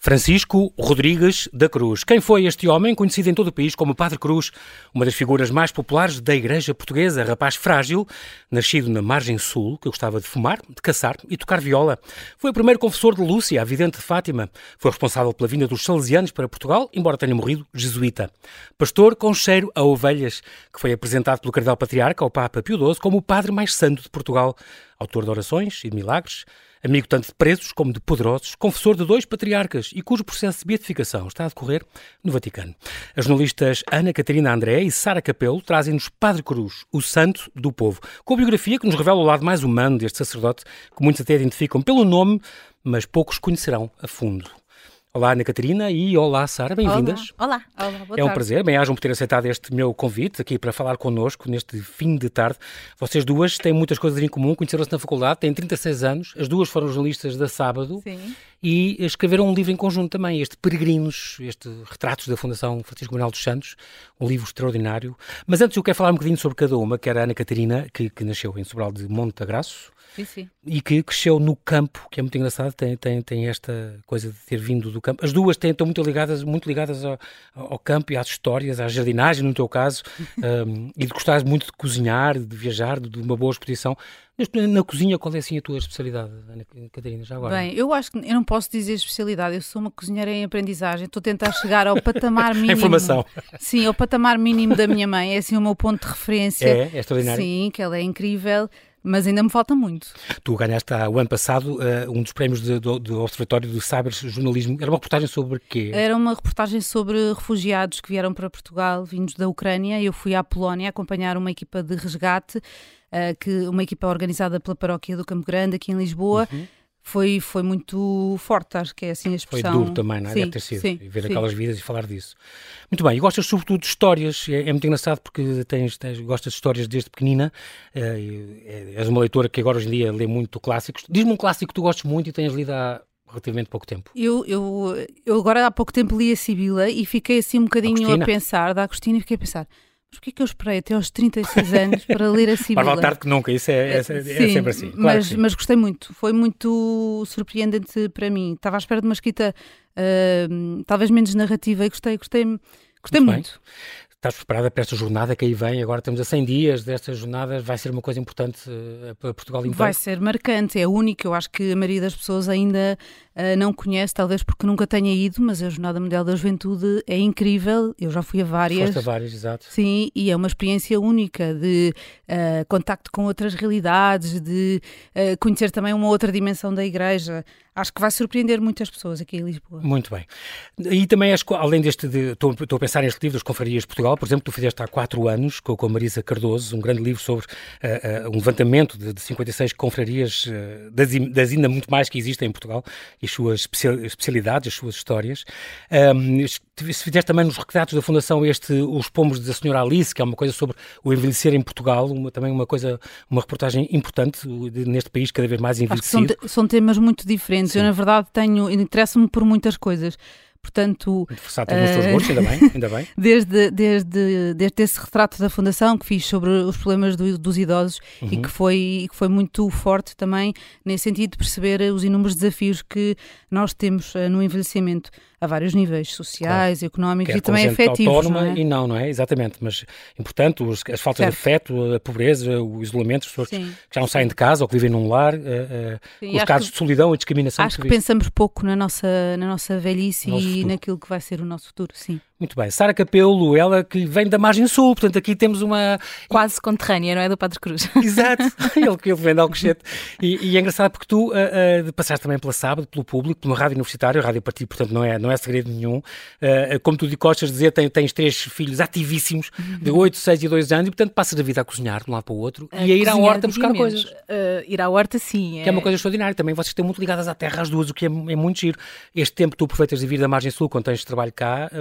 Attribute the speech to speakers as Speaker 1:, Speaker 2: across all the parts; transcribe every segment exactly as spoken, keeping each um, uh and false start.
Speaker 1: Francisco Rodrigues da Cruz. Quem foi este homem, conhecido em todo o país como Padre Cruz, uma das figuras mais populares da Igreja Portuguesa, rapaz frágil, nascido na margem sul, que gostava de fumar, de caçar e tocar viola. Foi o primeiro confessor de Lúcia, a vidente de Fátima. Foi responsável pela vinda dos salesianos para Portugal, embora tenha morrido jesuíta. Pastor com cheiro a ovelhas, que foi apresentado pelo Cardeal Patriarca ao Papa Pio doze como o padre mais santo de Portugal. Autor de orações e de milagres, amigo tanto de presos como de poderosos, confessor de dois patriarcas e cujo processo de beatificação está a decorrer no Vaticano. As jornalistas Ana Catarina André e Sara Capelo trazem-nos Padre Cruz, o santo do povo, com a biografia que nos revela o lado mais humano deste sacerdote, que muitos até identificam pelo nome, mas poucos conhecerão a fundo. Olá, Ana Catarina, e olá, Sara, bem-vindas.
Speaker 2: Olá, olá, olá, boa
Speaker 1: É um
Speaker 2: tarde.
Speaker 1: prazer, bem-ajam por ter aceitado este meu convite aqui para falar connosco neste fim de tarde. Vocês duas têm muitas coisas em comum, conheceram-se na faculdade, têm trinta e seis anos, as duas foram jornalistas da Sábado.
Speaker 2: Sim.
Speaker 1: E escreveram um livro em conjunto também, este Peregrinos, este Retratos da Fundação Francisco Manuel dos Santos, um livro extraordinário. Mas antes eu quero falar um bocadinho sobre cada uma, que era a Ana Catarina, que, que nasceu em Sobral de Montagraço.
Speaker 2: Sim, sim.
Speaker 1: E que cresceu no campo, que é muito engraçado, tem, tem, tem esta coisa de ter vindo do campo. As duas têm, estão muito ligadas, muito ligadas ao, ao campo e às histórias, à jardinagem, no teu caso, um, e de gostares muito de cozinhar, de viajar, de uma boa exposição. Na cozinha, qual é assim a tua especialidade, Ana Catarina, já agora?
Speaker 2: Bem, eu acho que eu não posso dizer especialidade, eu sou uma cozinheira em aprendizagem, estou a tentar chegar ao patamar mínimo.
Speaker 1: Informação.
Speaker 2: Sim, ao patamar mínimo da minha mãe, é assim o meu ponto de referência.
Speaker 1: É, é extraordinário.
Speaker 2: Sim, que ela é incrível. Mas ainda me falta muito.
Speaker 1: Tu ganhaste há, o ano passado uh, um dos prémios de, do, do Observatório do Saberes Jornalismo. Era uma reportagem sobre quê?
Speaker 2: Era uma reportagem sobre refugiados que vieram para Portugal, vindos da Ucrânia. Eu fui à Polónia acompanhar uma equipa de resgate, uh, que, uma equipa organizada pela paróquia do Campo Grande, aqui em Lisboa. Uhum. Foi, foi muito forte, acho que é assim a expressão.
Speaker 1: Foi duro também, não é?
Speaker 2: Sim,
Speaker 1: Deve ter sido.
Speaker 2: Sim,
Speaker 1: e ver
Speaker 2: sim.
Speaker 1: aquelas vidas e falar disso. Muito bem. E gostas sobretudo de histórias. É, é muito engraçado porque tens, tens, gostas de histórias desde pequenina. É, és uma leitora que agora hoje em dia lê muito clássicos. Diz-me um clássico que tu gostes muito e tens lido há relativamente pouco tempo.
Speaker 2: Eu, eu, eu agora há pouco tempo li a Sibila e fiquei assim um bocadinho
Speaker 1: Agostina.
Speaker 2: a pensar, da Agostina, e fiquei a pensar... Mas porquê que eu esperei até aos trinta e seis anos para ler a Sibila?
Speaker 1: Mais vale tarde que nunca, isso é, é, é
Speaker 2: sim,
Speaker 1: sempre assim. Claro
Speaker 2: mas,
Speaker 1: sim.
Speaker 2: mas gostei muito, foi muito surpreendente para mim. Estava à espera de uma escrita uh, talvez menos narrativa e gostei, gostei, gostei
Speaker 1: muito.
Speaker 2: muito.
Speaker 1: Estás preparada para esta jornada que aí vem? Agora estamos a cem dias destas jornadas, vai ser uma coisa importante uh, para Portugal inteiro?
Speaker 2: Vai ser marcante, é único, eu acho que a maioria das pessoas ainda uh, não conhece, talvez porque nunca tenha ido, mas a Jornada Mundial da Juventude é incrível, eu já fui a várias.
Speaker 1: Foste a várias, exato.
Speaker 2: Sim, e é uma experiência única de uh, contacto com outras realidades, de uh, conhecer também uma outra dimensão da Igreja. Acho que vai surpreender muitas pessoas aqui em Lisboa.
Speaker 1: Muito bem. E também, além deste, de, estou, estou a pensar neste livro das Confrarias de Portugal, por exemplo, tu fizeste há quatro anos com, com a Marisa Cardoso, um grande livro sobre uh, uh, um levantamento de, de cinquenta e seis confrarias, uh, das, das ainda muito mais que existem em Portugal, e as suas especialidades, as suas histórias. Um, fizeste também nos retratos da Fundação este, Os Pomos da Senhora Alice, que é uma coisa sobre o envelhecer em Portugal, uma, também uma coisa, uma reportagem importante de, neste país cada vez mais envelhecido.
Speaker 2: Acho que são, são temas muito diferentes. Sim. Eu, na verdade, tenho, interesso-me por muitas coisas. Portanto,
Speaker 1: versátil nos teus gostos, ainda bem, ainda bem.
Speaker 2: Desde, desde, desde esse retrato da Fundação que fiz sobre os problemas do, dos idosos uhum. e, que foi, e que foi muito forte também nesse sentido de perceber os inúmeros desafios que nós temos uh, no envelhecimento a város níveis sociais, claro. Económicos
Speaker 1: Quer
Speaker 2: e também afetivos.
Speaker 1: Autónoma
Speaker 2: não é?
Speaker 1: E não, não é? Exatamente, mas importante, os, as faltas certo. De afeto, a pobreza, o isolamento, as pessoas Sim. que já não saem de casa ou que vivem num lar, uh, uh, os casos que, de solidão e discriminação.
Speaker 2: Acho que, que pensamos pouco na nossa, na nossa velhice
Speaker 1: Nosso
Speaker 2: e
Speaker 1: futuro.
Speaker 2: Naquilo que vai ser o nosso futuro, sim.
Speaker 1: Muito bem. Sara Capelo, ela que vem da margem sul, portanto aqui temos uma...
Speaker 3: Quase conterrânea, não é? Do Padre Cruz.
Speaker 1: Exato, ele que ele vem de Alcochete. E, e é engraçado porque tu uh, uh, passaste também pela Sábado, pelo público, por uma rádio universitária, a Rádio Partido, portanto não é, não é segredo nenhum. Uh, como tu gostas de dizer, tens, tens três filhos ativíssimos, de oito, seis e dois anos, e portanto passas a vida a cozinhar de um lado para o outro
Speaker 3: a
Speaker 1: e a ir à horta buscar
Speaker 3: menos.
Speaker 1: coisas.
Speaker 3: Uh, ir à horta, sim.
Speaker 1: Que é... é uma coisa extraordinária também. Vocês estão muito ligadas à terra, às duas, o que é, é muito giro. Este tempo que tu aproveitas de vir da margem sul, quando tens trabalho cá, uh,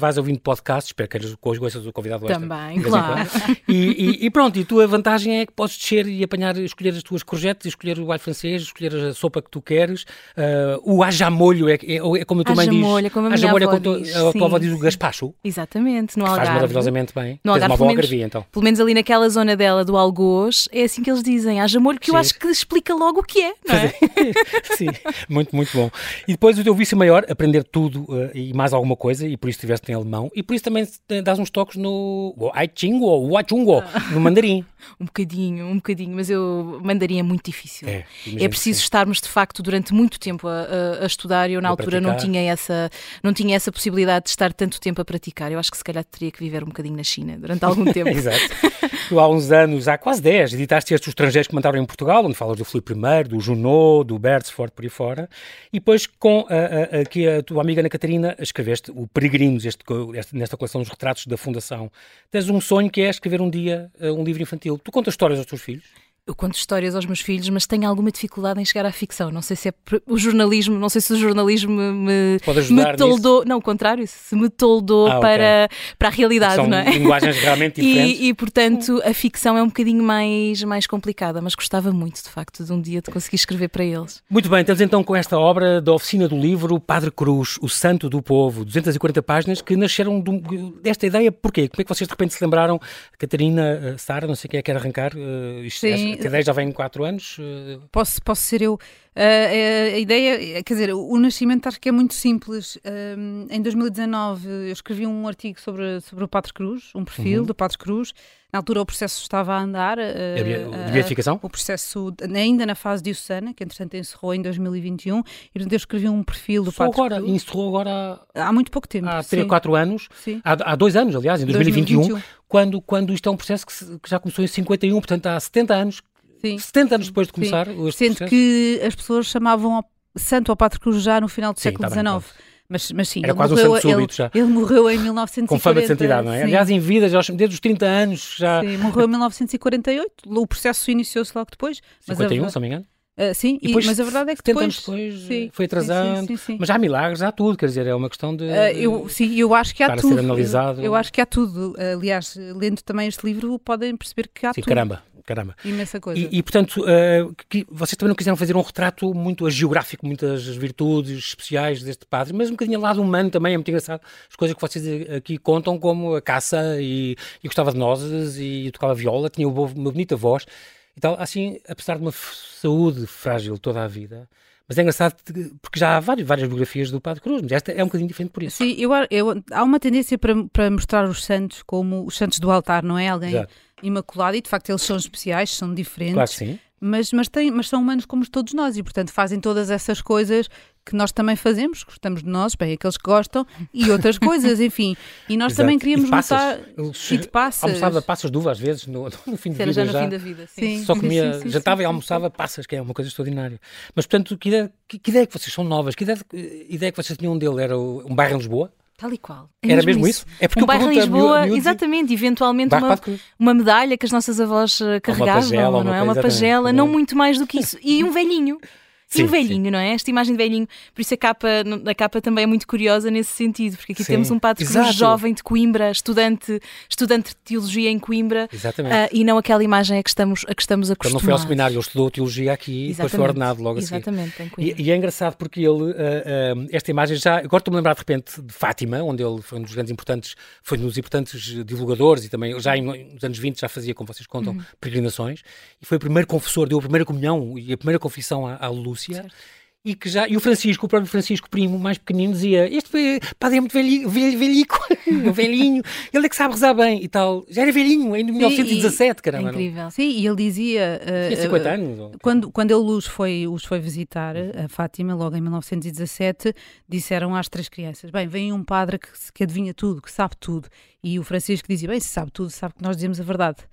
Speaker 1: vais ouvindo podcasts, espero que hoje gostas do convidado extra.
Speaker 3: Também, claro.
Speaker 1: E, e, e pronto, e a tua vantagem é que podes descer e apanhar, escolher as tuas courgettes, escolher o alho francês, escolher a sopa que tu queres. Uh, o ajamolho é, é, é como a tua mãe diz.
Speaker 3: Ajamolho, é como a minha
Speaker 1: ajamolho
Speaker 3: avó
Speaker 1: é como
Speaker 3: diz.
Speaker 1: a tua avó diz o gaspacho.
Speaker 3: Exatamente, no
Speaker 1: Que
Speaker 3: Algarve.
Speaker 1: faz maravilhosamente bem.
Speaker 3: No
Speaker 1: Tens
Speaker 3: Algarve,
Speaker 1: uma boa
Speaker 3: pelo menos-
Speaker 1: algarvia, então.
Speaker 3: Pelo menos ali naquela zona dela do Algoz, é assim que eles dizem, ajamolho, que eu
Speaker 1: Sim.
Speaker 3: acho que explica logo o que é, não é?
Speaker 1: Sim, muito, muito bom. E depois o teu vício maior, aprender tudo uh, e mais alguma coisa, e por isso estiveste em alemão, e por isso também te- dás uns toques no Aichingo ou Wachungo, no mandarim.
Speaker 3: Um bocadinho, um bocadinho, mas eu mandarim é muito difícil.
Speaker 1: É, imagino
Speaker 3: É
Speaker 1: que
Speaker 3: preciso
Speaker 1: sim.
Speaker 3: estarmos de facto durante muito tempo a, a- a estudar e eu na
Speaker 1: A
Speaker 3: altura não
Speaker 1: praticar.
Speaker 3: tinha, essa, não tinha essa possibilidade de estar tanto tempo a praticar. Eu acho que se calhar teria que viver um bocadinho na China durante algum tempo.
Speaker 1: Exato. Tu há uns anos, há quase dez, editaste estes estrangeiros que mandaram em Portugal, onde falas do Filipe primeiro, do Junot, do Beresford, por aí fora, e depois com a, a, aqui a tua amiga Ana Catarina escreveste o Peregrinos, este, este, nesta coleção dos retratos da Fundação. Tens um sonho que é escrever um dia uh, um livro infantil. Tu contas histórias aos teus filhos?
Speaker 3: Eu conto histórias aos meus filhos, mas tenho alguma dificuldade em chegar à ficção. Não sei se é por- o jornalismo, não sei se o jornalismo me,
Speaker 1: Pode ajudar
Speaker 3: me toldou, não, o contrário, se me toldou
Speaker 1: Ah, ok.
Speaker 3: para, para a realidade,
Speaker 1: São
Speaker 3: não é?
Speaker 1: linguagens realmente diferentes.
Speaker 3: E, e, portanto, a ficção é um bocadinho mais, mais complicada, mas gostava muito, de facto, de um dia de conseguir escrever para eles.
Speaker 1: Muito bem, estamos então com esta obra da Oficina do Livro, Padre Cruz, o Santo do Povo, duzentas e quarenta páginas, que nasceram de um- desta ideia. Porquê? Como é que vocês de repente se lembraram? Catarina, uh, Sara, não sei quem é que quer arrancar. Uh, isto,
Speaker 2: Sim.
Speaker 1: esta ideia já vem em quatro anos. Uh,
Speaker 2: Posso, posso ser eu. Uh, a ideia, quer dizer, o nascimento acho que é muito simples. Um, em dois mil e dezanove eu escrevi um artigo sobre, sobre o Padre Cruz, um perfil
Speaker 1: Uhum.
Speaker 2: do Padre Cruz. Na altura o processo estava a andar. Uh,
Speaker 1: a bi-
Speaker 2: uh,
Speaker 1: de beatificação?
Speaker 2: O processo ainda na fase diocesana, que entretanto encerrou em dois mil e vinte e um, e portanto eu escrevi um perfil do
Speaker 1: Só
Speaker 2: Padre
Speaker 1: agora,
Speaker 2: Cruz.
Speaker 1: encerrou agora
Speaker 2: Há muito pouco tempo.
Speaker 1: há três ou
Speaker 2: sim.
Speaker 1: quatro anos,
Speaker 2: Sim.
Speaker 1: há, há dois anos, aliás, em dois mil e vinte e um,
Speaker 2: dois mil e vinte e um.
Speaker 1: quando, quando isto é um processo que, se- que já começou em cinquenta e um, portanto há setenta anos,
Speaker 2: Sim.
Speaker 1: setenta anos depois de começar
Speaker 2: Sim.
Speaker 1: este
Speaker 2: Sendo
Speaker 1: processo.
Speaker 2: que as pessoas chamavam ao Santo ao Padre Cruz já no final do
Speaker 1: Sim,
Speaker 2: século
Speaker 1: tá bem,
Speaker 2: dezenove. Mas, mas sim,
Speaker 1: Era
Speaker 2: ele
Speaker 1: quase um
Speaker 2: morreu,
Speaker 1: santo súbito
Speaker 2: ele,
Speaker 1: já.
Speaker 2: ele morreu em mil novecentos e quarenta.
Speaker 1: Com fama de santidade, não é?
Speaker 2: Sim.
Speaker 1: Aliás, em vida, já, aos- desde os trinta anos, já...
Speaker 2: Sim, morreu em mil novecentos e quarenta e oito, o processo iniciou-se logo depois. Mas
Speaker 1: cinquenta e um,
Speaker 2: a,
Speaker 1: se não me engano.
Speaker 2: ah, sim,
Speaker 1: E depois,
Speaker 2: e, mas a verdade é que
Speaker 1: setenta
Speaker 2: depois...
Speaker 1: anos depois,
Speaker 2: sim,
Speaker 1: foi atrasando.
Speaker 2: Sim, sim, sim, sim.
Speaker 1: Mas há milagres, há tudo, quer dizer, é uma questão de...
Speaker 2: Ah, eu, sim, eu acho que há
Speaker 1: para
Speaker 2: tudo.
Speaker 1: ser analisado.
Speaker 2: Eu acho que há tudo. Aliás, lendo também este livro, podem perceber que há
Speaker 1: Sim,
Speaker 2: tudo.
Speaker 1: caramba, caramba.
Speaker 2: Imensa coisa.
Speaker 1: E, e, portanto, uh, que, vocês também não quiseram fazer um retrato muito geográfico, muitas virtudes especiais deste padre, mas um bocadinho ao lado humano também, é muito engraçado as coisas que vocês aqui contam, como a caça, e, e gostava de nozes, e tocava viola, tinha uma bonita voz, e tal, assim, apesar de uma f- saúde frágil toda a vida. Mas é engraçado porque já há várias, várias biografias do Padre Cruz, mas esta é um bocadinho diferente por isso.
Speaker 2: Sim, eu, eu, há uma tendência para, para mostrar os santos como os santos do altar, não é? Alguém
Speaker 1: Exato.
Speaker 2: imaculado, e de facto eles são especiais, são diferentes.
Speaker 1: Claro que sim.
Speaker 2: Mas, mas, têm, mas são humanos como todos nós e, portanto, fazem todas essas coisas que nós também fazemos, gostamos de nós, bem, aqueles que gostam, e outras coisas, enfim. E nós
Speaker 1: Exato.
Speaker 2: também queríamos
Speaker 1: E passas.
Speaker 2: mostrar...
Speaker 1: Eu
Speaker 2: E de passas.
Speaker 1: Almoçava passas de uva às vezes, no, no fim de
Speaker 3: Era
Speaker 1: vida
Speaker 3: já no
Speaker 1: já.
Speaker 3: fim da vida, sim.
Speaker 2: Sim.
Speaker 1: Só comia,
Speaker 2: sim, sim,
Speaker 1: jantava
Speaker 2: sim,
Speaker 1: e
Speaker 2: sim,
Speaker 1: almoçava passas, que é uma coisa extraordinária. Mas, portanto, que ideia que, que ideia que vocês são novas? Que ideia, que ideia que vocês tinham dele? Era o- um bairro em Lisboa?
Speaker 3: Tal e qual. É
Speaker 1: Era mesmo isso? É porque
Speaker 3: Um
Speaker 1: eu
Speaker 3: bairro em
Speaker 1: pergunto a miú-
Speaker 3: Lisboa,
Speaker 1: a miúdos e-
Speaker 3: exatamente, eventualmente
Speaker 1: Bairro
Speaker 3: uma,
Speaker 1: Padre Cruz.
Speaker 3: uma medalha que as nossas avós eh, carregavam,
Speaker 1: pagela,
Speaker 3: não
Speaker 1: uma
Speaker 3: é?
Speaker 1: coisa,
Speaker 3: Uma
Speaker 1: exatamente.
Speaker 3: pagela, não muito mais do que isso. E um velhinho. E
Speaker 1: Sim,
Speaker 3: um velhinho, não é? Esta imagem de velhinho. Por isso a capa, a capa também é muito curiosa nesse sentido, porque aqui
Speaker 1: Sim.
Speaker 3: temos um Padre Cruz
Speaker 1: Exato.
Speaker 3: jovem de Coimbra, estudante, estudante de teologia em Coimbra,
Speaker 1: Exatamente.
Speaker 3: ah, e não aquela imagem a que estamos, a que estamos
Speaker 1: Ele
Speaker 3: acostumados.
Speaker 1: não foi ao seminário, ele estudou teologia aqui e depois foi ordenado logo a seguir.
Speaker 3: Exatamente, em Coimbra.
Speaker 1: E, e é engraçado porque ele, uh, uh, esta imagem já, agora estou-me a lembrar de repente de Fátima, onde ele foi um dos grandes importantes, foi um dos importantes divulgadores e também já em, nos anos vinte já fazia, como vocês contam,
Speaker 3: Uhum.
Speaker 1: peregrinações, e foi o primeiro confessor, deu a primeira comunhão e a primeira confissão à, à Lúcia.
Speaker 3: Certo.
Speaker 1: E que já, e o Francisco, o próprio Francisco Primo, mais pequenino, dizia: Este foi- padre é muito velhinho, velho, velhico, velhinho, ele é que sabe rezar bem e tal. Já era velhinho, em mil novecentos e dezassete,
Speaker 3: É
Speaker 1: caramba. não?
Speaker 3: incrível.
Speaker 2: Sim, e ele dizia... uh,
Speaker 1: Tinha cinquenta
Speaker 2: uh,
Speaker 1: anos. ou-
Speaker 2: Quando, quando ele os foi, os foi visitar, a Fátima, logo em mil novecentos e dezassete, disseram às três crianças: bem, vem um padre que, se- que adivinha tudo, que sabe tudo. E o Francisco dizia: bem, se sabe tudo, sabe que nós dizemos a verdade.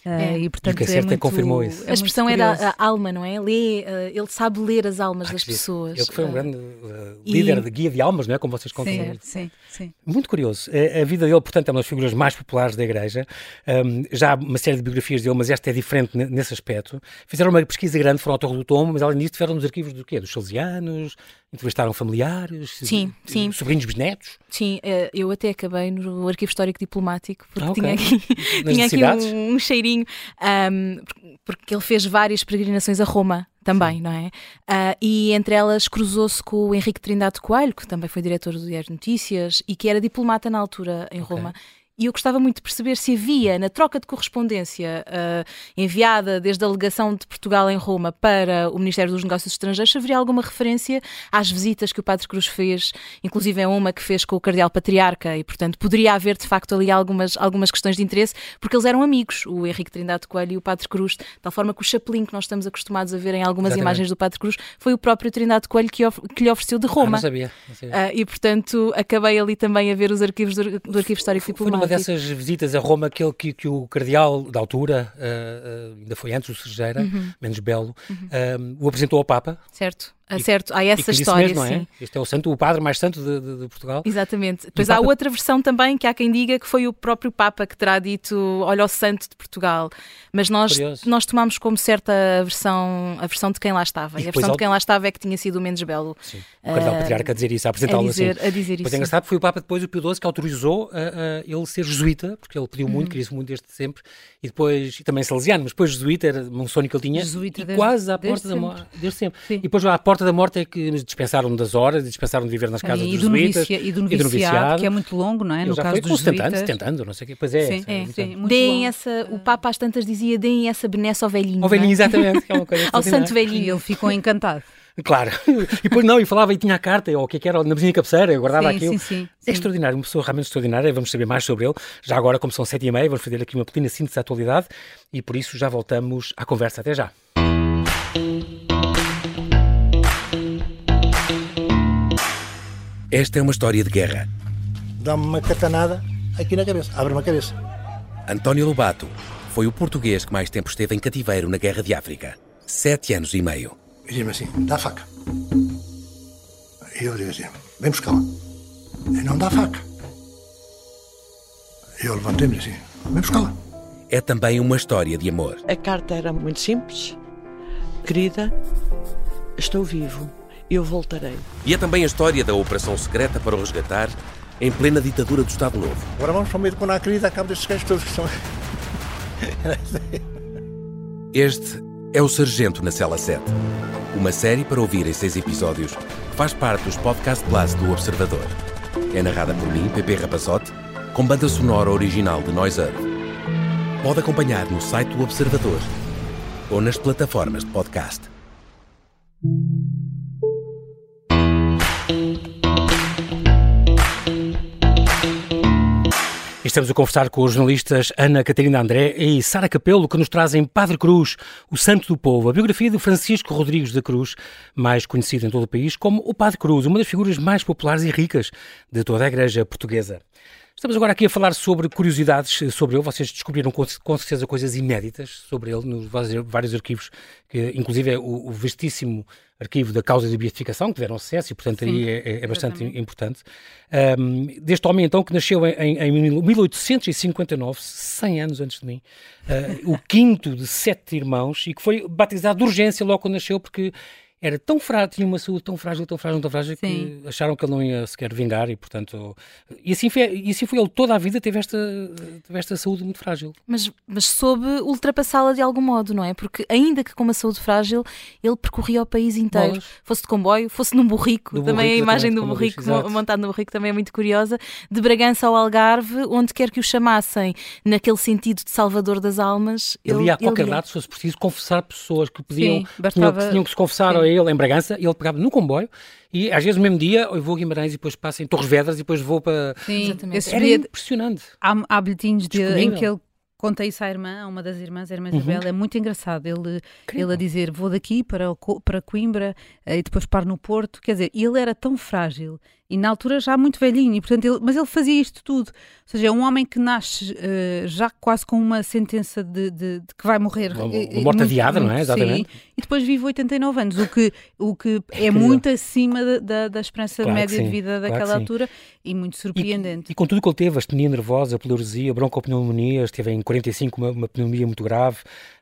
Speaker 2: É. Uh, e, portanto,
Speaker 1: e o que é certo é,
Speaker 2: muito,
Speaker 1: que confirmou isso.
Speaker 3: É a expressão é da alma, não é? Lê, uh, ele sabe ler as almas ah, das pessoas.
Speaker 1: Ele que foi um grande uh, líder e... de guia de almas, não é? Como vocês contam.
Speaker 2: Sim, sim, sim.
Speaker 1: Muito curioso. A, a vida dele, portanto, é uma das figuras mais populares da Igreja. Um, já há uma série de biografias dele, mas esta é diferente nesse aspecto. Fizeram uma pesquisa grande, foram ao Torre do Tombo, mas além disso tiveram nos arquivos do quê? Dos salesianos, entrevistaram familiares,
Speaker 3: sim, sim.
Speaker 1: sobrinhos bisnetos.
Speaker 3: Sim, eu até acabei no Arquivo Histórico Diplomático, porque
Speaker 1: ah, okay.
Speaker 3: tinha aqui, tinha aqui um, um cheirinho, um, porque ele fez várias peregrinações a Roma também, sim. não é? Uh, e entre elas cruzou-se com o Henrique Trindade Coelho, que também foi diretor do Diário de Notícias e que era diplomata na altura em okay. Roma. E eu gostava muito de perceber se havia, na troca de correspondência uh, enviada desde a delegação de Portugal em Roma para o Ministério dos Negócios Estrangeiros, se haveria alguma referência às visitas que o Padre Cruz fez, inclusive é uma que fez com o Cardeal Patriarca, e portanto poderia haver de facto ali algumas, algumas questões de interesse, porque eles eram amigos, o Henrique Trindade Coelho e o Padre Cruz, de tal forma que o chapelim que nós estamos acostumados a ver em algumas Exatamente. Imagens do Padre Cruz foi o próprio Trindade Coelho que, of, que lhe ofereceu de Roma.
Speaker 1: Ah, não sabia. Não sabia.
Speaker 3: Uh, e portanto acabei ali também a ver os arquivos do, do Arquivo Histórico Diplomático.
Speaker 1: Uma dessas visitas a Roma, aquele que, que o cardeal da altura, uh, uh, ainda foi antes o Serjeira, uhum. menos belo, uhum. uh, o apresentou ao Papa.
Speaker 3: Certo.
Speaker 1: E,
Speaker 3: certo, há essa história,
Speaker 1: mesmo,
Speaker 3: sim.
Speaker 1: Não é? Este é o santo, o padre mais santo de, de, de Portugal.
Speaker 3: Exatamente. Depois há Papa... outra versão também, que há quem diga que foi o próprio Papa que terá dito, olha o santo de Portugal. Mas nós, nós tomamos como certa a versão, a versão de quem lá estava. E, e a versão ao... de quem lá estava é que tinha sido o menos belo.
Speaker 1: Sim. O cardeal uh, patriarca a dizer isso, a apresentá-lo assim.
Speaker 3: A dizer
Speaker 1: Pois
Speaker 3: isso.
Speaker 1: É engraçado, foi o Papa depois, o Pio doze, que autorizou uh, uh, ele ser jesuíta, porque ele pediu muito, uhum. queria-se muito desde sempre, e depois, e também salesiano, mas depois jesuíta, era um sonho que ele tinha,
Speaker 2: jesuíta
Speaker 1: e
Speaker 2: desde,
Speaker 1: quase à porta da morte, desde sempre. Sim. E depois à porta da morte é que dispensaram das horas, dispensaram de viver nas casas
Speaker 2: e
Speaker 1: dos
Speaker 2: do
Speaker 1: jesuítas.
Speaker 2: E do noviciado, e do noviciado, que é muito longo, não é?
Speaker 1: Ele
Speaker 2: no
Speaker 1: já
Speaker 2: caso
Speaker 1: foi
Speaker 2: dos
Speaker 1: com
Speaker 2: jesuítas.
Speaker 1: setenta anos, setenta anos, não sei o quê. Pois é.
Speaker 2: Sim, é, sim, muito
Speaker 3: deem essa, o Papa às tantas dizia, deem essa benesse ao velhinho.
Speaker 1: Ao velhinho, é? Exatamente. É uma coisa
Speaker 3: ao santo velhinho.
Speaker 2: E ele ficou encantado.
Speaker 1: Claro, e depois não, e falava e tinha a carta, ou o que é que era, na vizinha cabeceira, eu guardava
Speaker 2: sim,
Speaker 1: aquilo.
Speaker 2: Sim, sim,
Speaker 1: é extraordinário, uma pessoa realmente extraordinária, vamos saber mais sobre ele. Já agora, como são sete e meia, vamos fazer aqui uma pequena síntese da atualidade e por isso já voltamos à conversa. Até já.
Speaker 4: Esta é uma história de guerra.
Speaker 5: Dá-me uma catanada aqui na cabeça, abre-me a cabeça.
Speaker 4: António Lobato foi o português que mais tempo esteve em cativeiro na Guerra de África. Sete anos e meio.
Speaker 5: E diz-me assim, dá a faca. E eu digo assim, vem buscá-la. E não dá a faca. E eu levantei-me assim, vem buscá-la.
Speaker 4: É também uma história de amor.
Speaker 6: A carta era muito simples. Querida, estou vivo. Eu voltarei.
Speaker 4: E é também a história da operação secreta para o resgatar em plena ditadura do Estado Novo.
Speaker 5: Agora vamos para o meio de quando há querida, acabo destes gajos todos que são...
Speaker 4: Este é o Sargento na Cela sete. Uma série para ouvir em seis episódios que faz parte dos Podcast Plus do Observador. É narrada por mim, Pepe Rapazote, com banda sonora original de Noise Earth. Pode acompanhar no site do Observador ou nas plataformas de podcast.
Speaker 1: Estamos a conversar com os jornalistas Ana Catarina André e Sara Capelo, que nos trazem Padre Cruz, o santo do povo, a biografia de Francisco Rodrigues da Cruz, mais conhecido em todo o país como o Padre Cruz, uma das figuras mais populares e ricas de toda a Igreja portuguesa. Estamos agora aqui a falar sobre curiosidades sobre ele. Vocês descobriram com, com certeza coisas inéditas sobre ele nos vários arquivos, que, inclusive é o, o vastíssimo arquivo da causa de beatificação, que tiveram acesso e, portanto, Sim, aí é, é bastante exatamente. importante. Um, deste homem, então, que nasceu em, em mil oitocentos e cinquenta e nove, cem anos antes de mim, uh, o quinto de sete irmãos, e que foi batizado de urgência logo quando nasceu, porque era tão frágil, tinha uma saúde tão frágil, tão frágil, tão frágil, Sim. que acharam que ele não ia sequer vingar e, portanto... E assim foi, e assim foi ele, toda a vida teve esta, teve esta saúde muito frágil.
Speaker 3: Mas, mas soube ultrapassá-la de algum modo, não é? Porque ainda que com uma saúde frágil, ele percorria o país inteiro. Bolas. Fosse de comboio, fosse num burrico.
Speaker 1: Do
Speaker 3: também
Speaker 1: burrico,
Speaker 3: a imagem do burrico,
Speaker 1: burrico
Speaker 3: montado no burrico, também é muito curiosa. De Bragança ao Algarve, onde quer que o chamassem, naquele sentido de salvador das almas...
Speaker 1: Ele,
Speaker 3: ele
Speaker 1: ia a qualquer
Speaker 3: ele ia.
Speaker 1: lado, se fosse preciso, confessar pessoas que pediam,
Speaker 2: Sim, bastava...
Speaker 1: tinham, tinham que se confessar Sim. a ele em Bragança, e ele pegava no comboio e às vezes no mesmo dia eu vou a Guimarães e depois passo em Torres Vedras e depois vou para...
Speaker 2: Sim,
Speaker 3: exatamente.
Speaker 1: Era impressionante.
Speaker 2: Há, há bilhetinhos de, em que ele conta isso à irmã, a uma das irmãs, a irmã uhum. Isabel, é muito engraçado. Ele, ele a dizer, vou daqui para, para Coimbra e depois paro no Porto. Quer dizer, ele era tão frágil e na altura já muito velhinho, e, portanto, ele, mas ele fazia isto tudo. Ou seja, é um homem que nasce uh, já quase com uma sentença de, de, de que vai morrer.
Speaker 1: Uma, uma morte adiada, não é? Exatamente.
Speaker 2: Sim, e depois vive oitenta e nove anos, o que, o que é muito acima da, da, da esperança
Speaker 1: claro
Speaker 2: média
Speaker 1: sim,
Speaker 2: de vida daquela
Speaker 1: claro
Speaker 2: altura e muito surpreendente.
Speaker 1: E, e com tudo que ele teve, a astenia nervosa, a pleuresia, broncopneumonia, esteve em quarenta e cinco uma, uma pneumonia muito grave,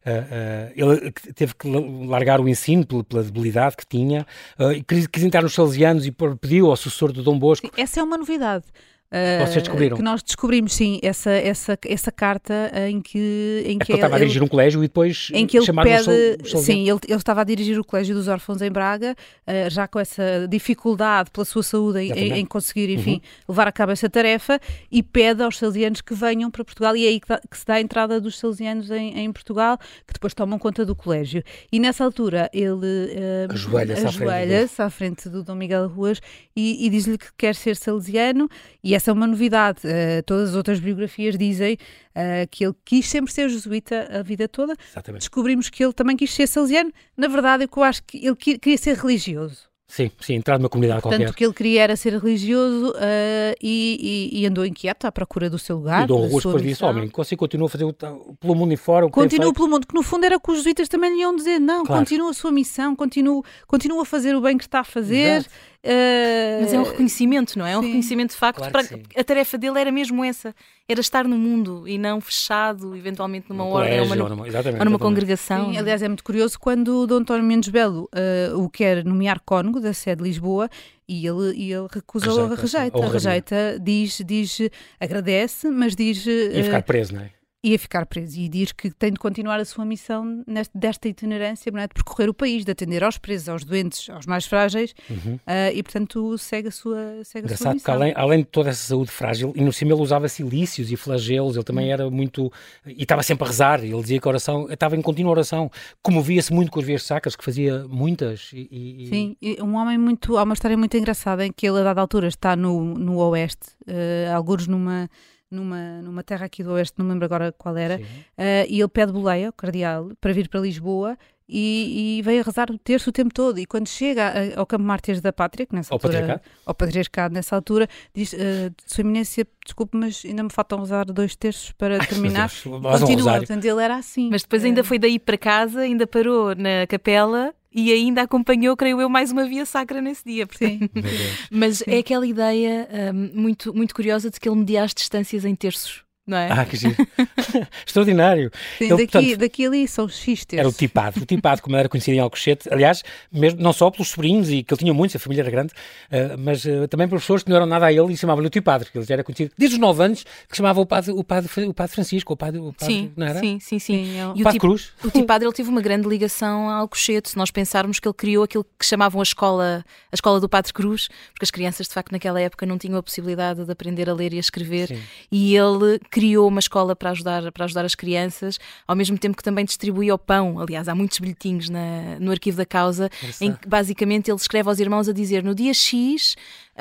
Speaker 1: uh, uh, ele teve que largar o ensino pela, pela debilidade que tinha, uh, quis, quis entrar nos salesianos e pediu ao sucessor do Dom Bosco.
Speaker 2: Sim, essa é uma novidade.
Speaker 1: Uh, Vocês descobriram?
Speaker 2: Que nós descobrimos, sim, essa, essa, essa carta em que... Em
Speaker 1: é
Speaker 2: que
Speaker 1: ele estava a dirigir um colégio e depois
Speaker 2: em que ele
Speaker 1: chamaram-no
Speaker 2: pede, sim, ele, ele estava a dirigir o Colégio dos Órfãos em Braga, uh, já com essa dificuldade pela sua saúde em, em, em conseguir, enfim, uhum. levar a cabo essa tarefa, e pede aos salesianos que venham para Portugal, e é aí que, dá, que se dá a entrada dos salesianos em, em Portugal, que depois tomam conta do colégio. E nessa altura ele uh,
Speaker 1: ajoelha-se,
Speaker 2: ajoelha-se à frente do Dom Miguel Ruas e, e diz-lhe que quer ser salesiano, e essa é uma novidade. Uh, todas as outras biografias dizem uh, que ele quis sempre ser jesuíta a vida toda.
Speaker 1: Exatamente.
Speaker 2: Descobrimos que ele também quis ser salesiano. Na verdade, eu acho que ele queria ser religioso.
Speaker 1: Sim, sim, entrar numa comunidade
Speaker 2: Portanto,
Speaker 1: qualquer.
Speaker 2: o que ele queria era ser religioso uh, e, e, e andou inquieto à procura do seu lugar.
Speaker 1: E o Dom Ruas depois disse, homem, você continua a fazer o, pelo mundo e fora o que
Speaker 2: continua pelo mundo, que no fundo era o que os jesuítas também lhe iam dizer, não,
Speaker 1: claro.
Speaker 2: continua a sua missão, continua, continua a fazer o bem que está a fazer.
Speaker 3: Uh... Mas é um reconhecimento, não é? É um
Speaker 2: sim.
Speaker 3: reconhecimento de facto.
Speaker 1: Claro
Speaker 3: para...
Speaker 1: sim.
Speaker 3: A tarefa dele era mesmo essa, era estar no mundo e não fechado, eventualmente numa
Speaker 1: no
Speaker 3: ordem
Speaker 1: colégio,
Speaker 3: ou numa,
Speaker 1: ou numa, exatamente,
Speaker 3: ou numa
Speaker 1: exatamente.
Speaker 3: congregação.
Speaker 2: Sim, aliás, é muito curioso quando o Dom António Mendes Belo uh, o quer nomear cônego da sede de Lisboa, e ele, e ele recusa, rejeita, rejeita, rejeita diz, diz, agradece, mas diz...
Speaker 1: Uh, ia ficar preso, não é?
Speaker 2: Ia ficar preso, e diz que tem de continuar a sua missão neste, desta itinerância, não é? De percorrer o país, de atender aos presos, aos doentes, aos mais frágeis, uhum. uh, e portanto segue a sua, segue a sua missão.
Speaker 1: Porque além, além de toda essa saúde frágil, e no cima ele usava silícios e flagelos, ele também era muito, e estava sempre a rezar, ele dizia que a oração, estava em contínua oração, comovia-se muito com as vias sacras, que fazia muitas. E, e...
Speaker 2: Sim, um homem muito, há uma história muito engraçada em que ele a dada altura está no, no oeste, uh, algures numa... Numa, numa terra aqui do oeste, não me lembro agora qual era, uh, e ele pede boleia, o cardeal, para vir para Lisboa, e, e veio a rezar o terço o tempo todo, e quando chega a, ao Campo Mártires da Pátria, que nessa
Speaker 1: ao
Speaker 2: altura,
Speaker 1: patriarcado.
Speaker 2: ao patriarcado nessa altura, diz, uh, Sua Eminência, desculpe, mas ainda me faltam rezar dois terços para terminar.
Speaker 1: Ai,
Speaker 2: continua, portanto ele era assim.
Speaker 3: Mas depois ainda foi daí para casa, ainda parou na capela e ainda acompanhou, creio eu, mais uma via sacra nesse dia.
Speaker 2: Sim.
Speaker 3: Mas
Speaker 2: Sim.
Speaker 3: é aquela ideia um, muito, muito curiosa de que ele media as distâncias em terços. Não é?
Speaker 1: Ah, que giro. Extraordinário.
Speaker 2: Sim,
Speaker 1: ele,
Speaker 2: daqui,
Speaker 1: portanto,
Speaker 2: daqui ali são X terços.
Speaker 1: Era o tipado, o tipado, como era conhecido em Alcochete, aliás, mesmo, não só pelos sobrinhos, e que ele tinha muitos, a família era grande, uh, mas uh, também pelas pessoas que não eram nada a ele e chamavam-lhe o tipado, porque ele já era conhecido desde os nove anos, que chamava o padre, o padre, o padre Francisco, o padre, o padre
Speaker 3: sim,
Speaker 1: não era?
Speaker 3: Sim, sim, sim. sim
Speaker 2: é
Speaker 1: o, o padre Cruz.
Speaker 3: O tipado, ele teve uma grande ligação ao Alcochete, se nós pensarmos que ele criou aquilo que chamavam a escola, a escola do Padre Cruz, porque as crianças, de facto, naquela época não tinham a possibilidade de aprender a ler e a escrever, sim. E ele criou uma escola para ajudar, para ajudar as crianças, ao mesmo tempo que também distribuía o pão. Aliás, há muitos bilhetinhos na, no arquivo da causa, em que basicamente ele escreve aos irmãos a dizer, no dia X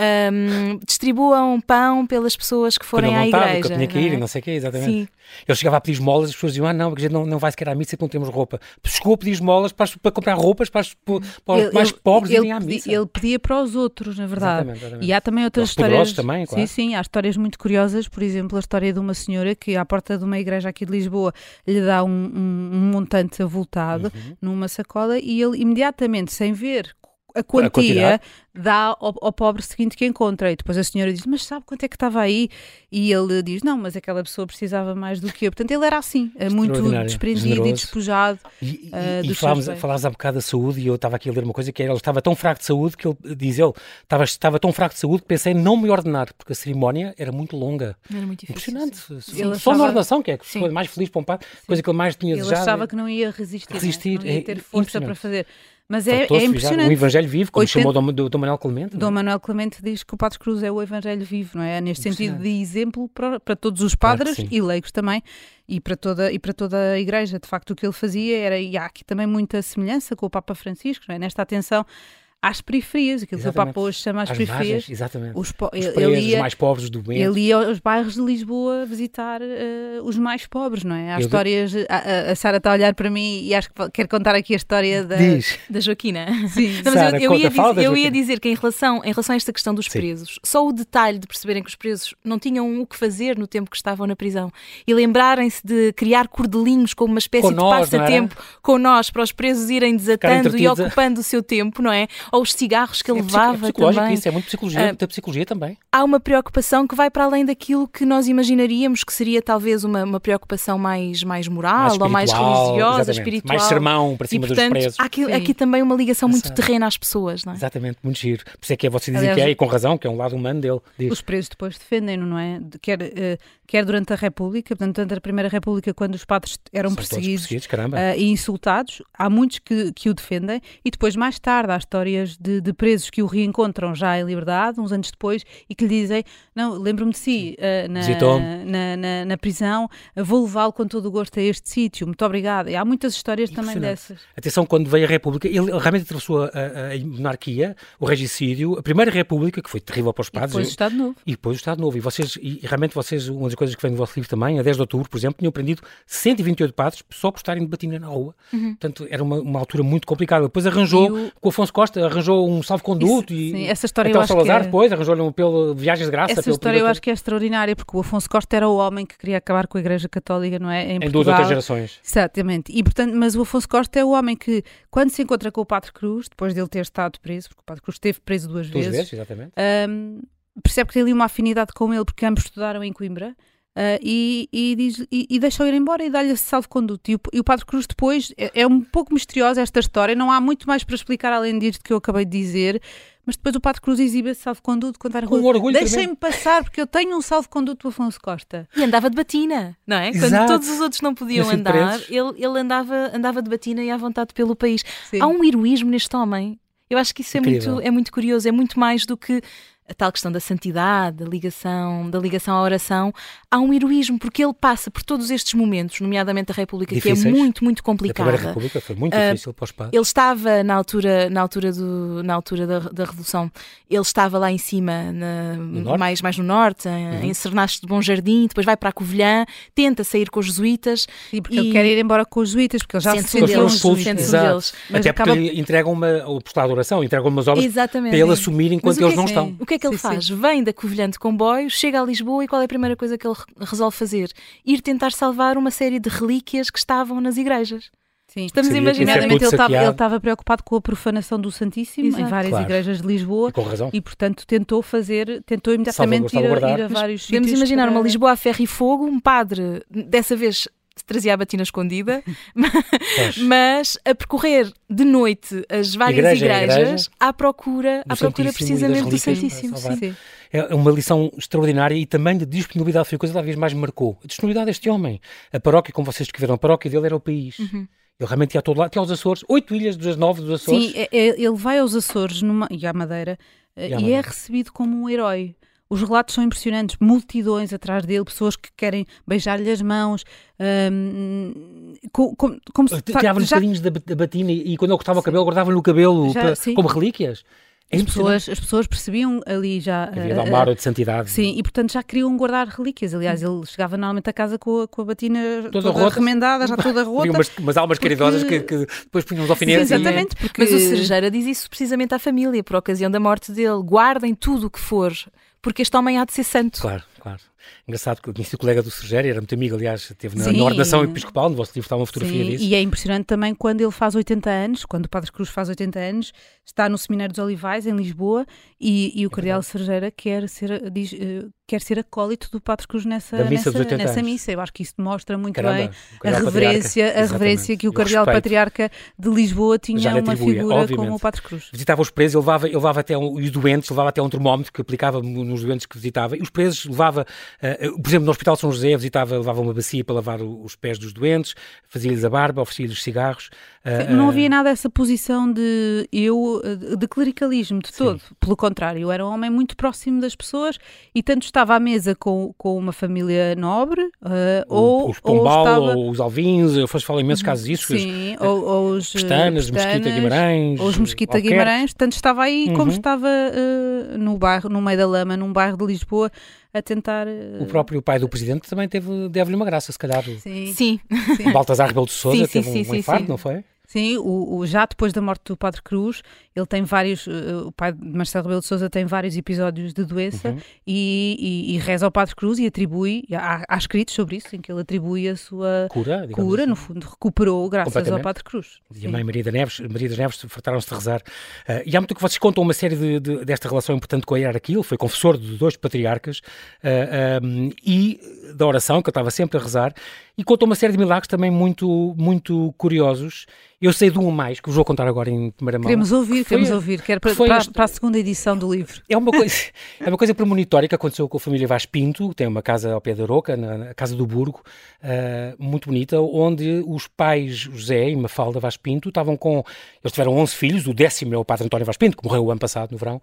Speaker 3: um, distribuam pão pelas pessoas que forem à igreja.
Speaker 1: Que eu tinha que ir, não, é? não sei o quê, exatamente.
Speaker 3: Sim.
Speaker 1: Ele chegava a pedir esmolas, as pessoas diziam, ah não, porque a gente não, não vai sequer à missa que não temos roupa. Chegou a pedir esmolas para, para comprar roupas para, as, para os ele, mais pobres irem à missa.
Speaker 2: Ele pedia para os outros, na verdade.
Speaker 1: Exatamente, exatamente.
Speaker 2: E há também outras histórias.
Speaker 1: Também, claro.
Speaker 2: Sim, sim, há histórias muito curiosas, por exemplo, a história de uma senhora que à porta de uma igreja aqui de Lisboa lhe dá um, um, um montante avultado uhum. numa sacola e ele imediatamente, sem ver a quantia, a quantidade, dá ao, ao pobre seguinte que encontra. E depois a senhora diz, mas sabe quanto é que estava aí? E ele diz, não, mas aquela pessoa precisava mais do que eu. Portanto, ele era assim, muito desprendido generoso. E despojado.
Speaker 1: E,
Speaker 2: uh,
Speaker 1: e falámos, falámos há bocado da saúde, e eu estava aqui a ler uma coisa que era, ele estava tão fraco de saúde, que ele, diz ele, estava, estava tão fraco de saúde que pensei em não me ordenar, porque a cerimónia era muito longa.
Speaker 3: Era muito difícil.
Speaker 1: Impressionante.
Speaker 3: Sim.
Speaker 1: Só achava... na ordenação, que é a coisa mais feliz para um padre, coisa que ele mais tinha
Speaker 2: ele
Speaker 1: desejado.
Speaker 2: Ele achava que não ia resistir,
Speaker 1: resistir
Speaker 2: né? Não ia ter
Speaker 1: é
Speaker 2: força para fazer. Mas é, é impressionante.
Speaker 1: O Evangelho vivo, como
Speaker 2: oitenta...
Speaker 1: chamou Dom, Dom Manuel Clemente.
Speaker 2: Dom Manuel Clemente diz que o Padre Cruz é o Evangelho vivo, não é? Neste sentido de exemplo para, para todos os padres claro e leigos também, e para, toda, e para toda a Igreja. De facto, o que ele fazia era, e há aqui também muita semelhança com o Papa Francisco, não é? Nesta atenção às periferias, aquilo exatamente. Que o Papa hoje chama às, às periferias.
Speaker 1: Margens, exatamente.
Speaker 2: Os, po-
Speaker 1: os
Speaker 2: ele,
Speaker 1: presos,
Speaker 2: ele ia,
Speaker 1: os mais pobres do doente.
Speaker 2: Ele ia aos bairros de Lisboa visitar uh, os mais pobres, não é? Há eu histórias, de... a, a Sara está a olhar para mim e acho que quer contar aqui a história da,
Speaker 3: da Joaquina.
Speaker 2: Sim.
Speaker 3: Não, mas
Speaker 1: Sara,
Speaker 3: eu, eu, ia,
Speaker 1: conta,
Speaker 3: dizer, eu ia dizer que em relação, em relação a esta questão dos
Speaker 1: Sim.
Speaker 3: presos, só o detalhe de perceberem que os presos não tinham o que fazer no tempo que estavam na prisão e lembrarem-se de criar cordelinhos como uma espécie
Speaker 1: com
Speaker 3: de
Speaker 1: nós,
Speaker 3: passatempo com nós, para os presos irem desatando e ocupando o seu tempo, não é? Ou os cigarros que ele
Speaker 1: é
Speaker 3: levava
Speaker 1: é
Speaker 3: também.
Speaker 1: Isso é muito psicologia, uh, muita psicologia também.
Speaker 3: Há uma preocupação que vai para além daquilo que nós imaginaríamos que seria talvez uma, uma preocupação mais, mais moral mais ou mais religiosa, exatamente. Espiritual.
Speaker 1: Mais sermão para cima
Speaker 3: e, portanto,
Speaker 1: dos presos.
Speaker 3: Há aqui, aqui também uma ligação muito Exato. terrena às pessoas, não é?
Speaker 1: Exatamente, muito giro. Por isso é que é você dizer que é, e com razão, que é um lado humano dele. Diz.
Speaker 2: Os presos depois defendem-no, não é? Quer, uh, quer durante a República, portanto, durante a Primeira República, quando os padres eram
Speaker 1: São
Speaker 2: perseguidos,
Speaker 1: perseguidos
Speaker 2: uh, e insultados, há muitos que, que o defendem, e depois, mais tarde, há histórias de, de presos que o reencontram já em liberdade, uns anos depois, e que lhe dizem, não, lembro-me de si, uh, na, na, na, na prisão, uh, vou levá-lo com todo o gosto a este sítio, muito obrigada. E há muitas histórias também dessas.
Speaker 1: Atenção, quando veio a República, ele realmente atravessou a, a, a monarquia, o regicídio, a Primeira República, que foi terrível para os padres.
Speaker 2: E depois o Estado Novo.
Speaker 1: E depois o Estado Novo. E vocês, e realmente vocês, uma das coisas que vem no vosso livro também, a dez de outubro, por exemplo, tinham prendido cento e vinte e oito padres só por estarem de batina na rua. Uhum. Portanto, era uma, uma altura muito complicada. Depois arranjou, o... com o Afonso Costa, arranjou um salvo-conduto. E
Speaker 2: sim, essa história
Speaker 1: até
Speaker 2: eu
Speaker 1: o
Speaker 2: acho
Speaker 1: Salazar
Speaker 2: que é...
Speaker 1: depois, arranjou-lhe um pelo Viagens de Graça.
Speaker 2: Essa
Speaker 1: pelo
Speaker 2: história eu acho que é extraordinária, porque o Afonso Costa era o homem que queria acabar com a Igreja Católica, não é? Em,
Speaker 1: em
Speaker 2: Portugal.
Speaker 1: duas outras gerações.
Speaker 2: Exatamente. E, portanto, mas o Afonso Costa é o homem que, quando se encontra com o Padre Cruz, depois dele ter estado preso, porque o Padre Cruz esteve preso duas,
Speaker 1: duas
Speaker 2: vezes,
Speaker 1: vezes exatamente.
Speaker 2: Um, percebe que tem ali uma afinidade com ele, porque ambos estudaram em Coimbra. Uh, e, e, diz, e, e deixa-o ir embora e dá-lhe esse salvo-conduto. E o, e o Padre Cruz depois, é, é um pouco misteriosa esta história, não há muito mais para explicar além disto que eu acabei de dizer, mas depois o Padre Cruz exibe esse salvo-conduto quando vai na rua.
Speaker 1: Com orgulho.
Speaker 2: Deixem-me passar porque eu tenho um salvo-conduto do Afonso Costa.
Speaker 3: E andava de batina, não é?
Speaker 1: Exato.
Speaker 3: Quando todos os outros não podiam andar, ele, ele andava, andava de batina e à vontade pelo país. Sim. Há um heroísmo neste homem. Eu acho que isso é muito, é muito curioso, é muito mais do que a tal questão da santidade, da ligação, da ligação à oração. Há um heroísmo, porque ele passa por todos estes momentos, nomeadamente a República,
Speaker 1: difíceis,
Speaker 3: que é muito, muito complicada.
Speaker 1: A Primeira República foi muito
Speaker 3: uh,
Speaker 1: difícil para os padres.
Speaker 3: Ele estava, na altura, na altura, do, na altura da, da Revolução, ele estava lá em cima, na,
Speaker 1: no
Speaker 3: mais, mais no norte,
Speaker 1: uhum.
Speaker 3: em Cernache de Bom Jardim, depois vai para a Covilhã, tenta sair com os jesuítas.
Speaker 2: E porque e... ele quer ir embora com os jesuítas, porque ele já se
Speaker 3: sentiu os jesuítas.
Speaker 1: Até porque ele entregam uma, o postulado de oração, entregam umas obras
Speaker 3: Exatamente.
Speaker 1: para ele assumir enquanto eles não
Speaker 3: sim.
Speaker 1: estão.
Speaker 3: O que é que ele
Speaker 2: sim,
Speaker 3: faz?
Speaker 2: Sim.
Speaker 3: Vem da Covilhã de comboio, chega a Lisboa e qual é a primeira coisa que ele resolve fazer? Ir tentar salvar uma série de relíquias que estavam nas igrejas.
Speaker 2: Sim.
Speaker 3: Estamos a imaginar.
Speaker 2: Ele estava preocupado com a profanação do Santíssimo Exato. Em várias claro. igrejas de Lisboa
Speaker 1: e, com razão.
Speaker 2: E, portanto, tentou fazer, tentou imediatamente ir a, ir a vários sítios.
Speaker 3: Podemos imaginar
Speaker 2: para...
Speaker 3: uma Lisboa a ferro e fogo, um padre, dessa vez trazia a batina escondida, mas a percorrer de noite as várias igreja, igrejas igreja, à procura, à procura precisamente do Santíssimo.
Speaker 2: Sim.
Speaker 1: É uma lição extraordinária e também de disponibilidade. Foi a coisa que talvez mais me marcou. A disponibilidade deste homem. A paróquia, como vocês descreveram, a paróquia dele era o país. Uhum. Ele realmente ia a todo lado, até aos Açores, oito ilhas dos nove dos Açores.
Speaker 2: Sim, ele vai aos Açores numa, e à Madeira e, à Madeira. e é recebido como um herói. Os relatos são impressionantes, multidões atrás dele, pessoas que querem beijar-lhe as mãos, hum, como, como, como se...
Speaker 1: Tiravam-lhe já... bocadinhos da, da batina e, e quando ele cortava sim. o cabelo, guardavam-lhe o cabelo já, para, como relíquias. É
Speaker 2: as, pessoas, as pessoas percebiam ali já...
Speaker 1: Havia uh, uma aura de santidade.
Speaker 2: Sim, e portanto já queriam guardar relíquias. Aliás, ele chegava normalmente a casa com a, com a batina
Speaker 1: toda,
Speaker 2: toda remendada, já toda rota.
Speaker 1: Havia umas, umas almas porque... caridosas que, que depois punham os alfinetes.
Speaker 2: Sim, exatamente.
Speaker 3: E... Porque... Mas o Cerejeira diz isso precisamente à família, por ocasião da morte dele. Guardem tudo o que for, porque este homem há de ser santo.
Speaker 1: Claro, claro. Engraçado que eu conheci o colega do Sergério, era muito amigo, aliás, esteve na, na ordenação episcopal, no vosso livro está uma fotografia
Speaker 2: sim,
Speaker 1: disso.
Speaker 2: E é impressionante também quando ele faz oitenta anos, quando o Padre Cruz faz oitenta anos, está no Seminário dos Olivais, em Lisboa, e, e o é Cardeal Serjeira quer ser, diz, uh, quer ser acólito do Padre Cruz nessa, nessa, nessa missa. Eu acho que isso demonstra muito
Speaker 1: Caramba,
Speaker 2: bem a reverência, a reverência que o Cardeal Patriarca de Lisboa tinha uma figura obviamente. Como o Padre Cruz.
Speaker 1: Visitava os presos, ele levava, ele levava até um, os doentes, levava até um termómetro que aplicava nos doentes que visitava, e os presos levavam levava, uh, por exemplo, no Hospital São José, visitava, levava uma bacia para lavar os pés dos doentes, fazia-lhes a barba, oferecia-lhes cigarros.
Speaker 2: Uh, não havia nada essa posição de eu, de clericalismo, de todo. Sim. Pelo contrário, eu era um homem muito próximo das pessoas e tanto estava à mesa com, com uma família nobre, uh, ou,
Speaker 1: os Pombal,
Speaker 2: ou, estava...
Speaker 1: ou os Alvins, eu fosse falar imensos casos disso.
Speaker 2: Sim,
Speaker 1: os,
Speaker 2: ou, ou os
Speaker 1: Pestanas, os Mesquita Guimarães.
Speaker 2: Ou os Mesquita Guimarães, tanto estava aí
Speaker 1: uhum.
Speaker 2: como estava uh, no bairro, no meio da lama, num bairro de Lisboa, a tentar... Uh...
Speaker 1: O próprio pai do presidente também teve, deve-lhe uma graça, se calhar.
Speaker 3: Sim. sim.
Speaker 1: O Baltasar Rebelo de Sousa
Speaker 3: sim,
Speaker 1: teve
Speaker 3: sim,
Speaker 1: um,
Speaker 3: sim,
Speaker 1: um infarto,
Speaker 3: sim.
Speaker 1: não foi?
Speaker 2: Sim, o, o, já depois da morte do Padre Cruz, ele tem vários, uh, o pai de Marcelo Rebelo de Sousa tem vários episódios de doença, uhum. e, e, e reza ao Padre Cruz e atribui, há, há escritos sobre isso, em que ele atribui a sua
Speaker 1: cura,
Speaker 2: cura
Speaker 1: assim.
Speaker 2: No fundo, recuperou graças ao Padre Cruz.
Speaker 1: E a mãe Maria das Neves, Maria das Neves fartaram-se de rezar. Uh, e há muito que vocês contam uma série de, de, desta relação importante com a hierarquia. Ele foi confessor de dois patriarcas uh, um, e da oração, que eu estava sempre a rezar, e contou uma série de milagres também muito, muito curiosos. Eu sei de um a mais, que vos vou contar agora em primeira mão.
Speaker 2: Queremos ouvir, queremos a, ouvir, quero para, para, este... para a segunda edição do livro.
Speaker 1: É uma coisa, é uma coisa premonitória que aconteceu com a família Vaz Pinto, que tem uma casa ao pé da Aroca, na, na Casa do Burgo, uh, muito bonita, onde os pais José e Mafalda Vaz Pinto estavam com, eles tiveram onze filhos, o décimo é o padre António Vaz Pinto, que morreu o ano passado, no verão,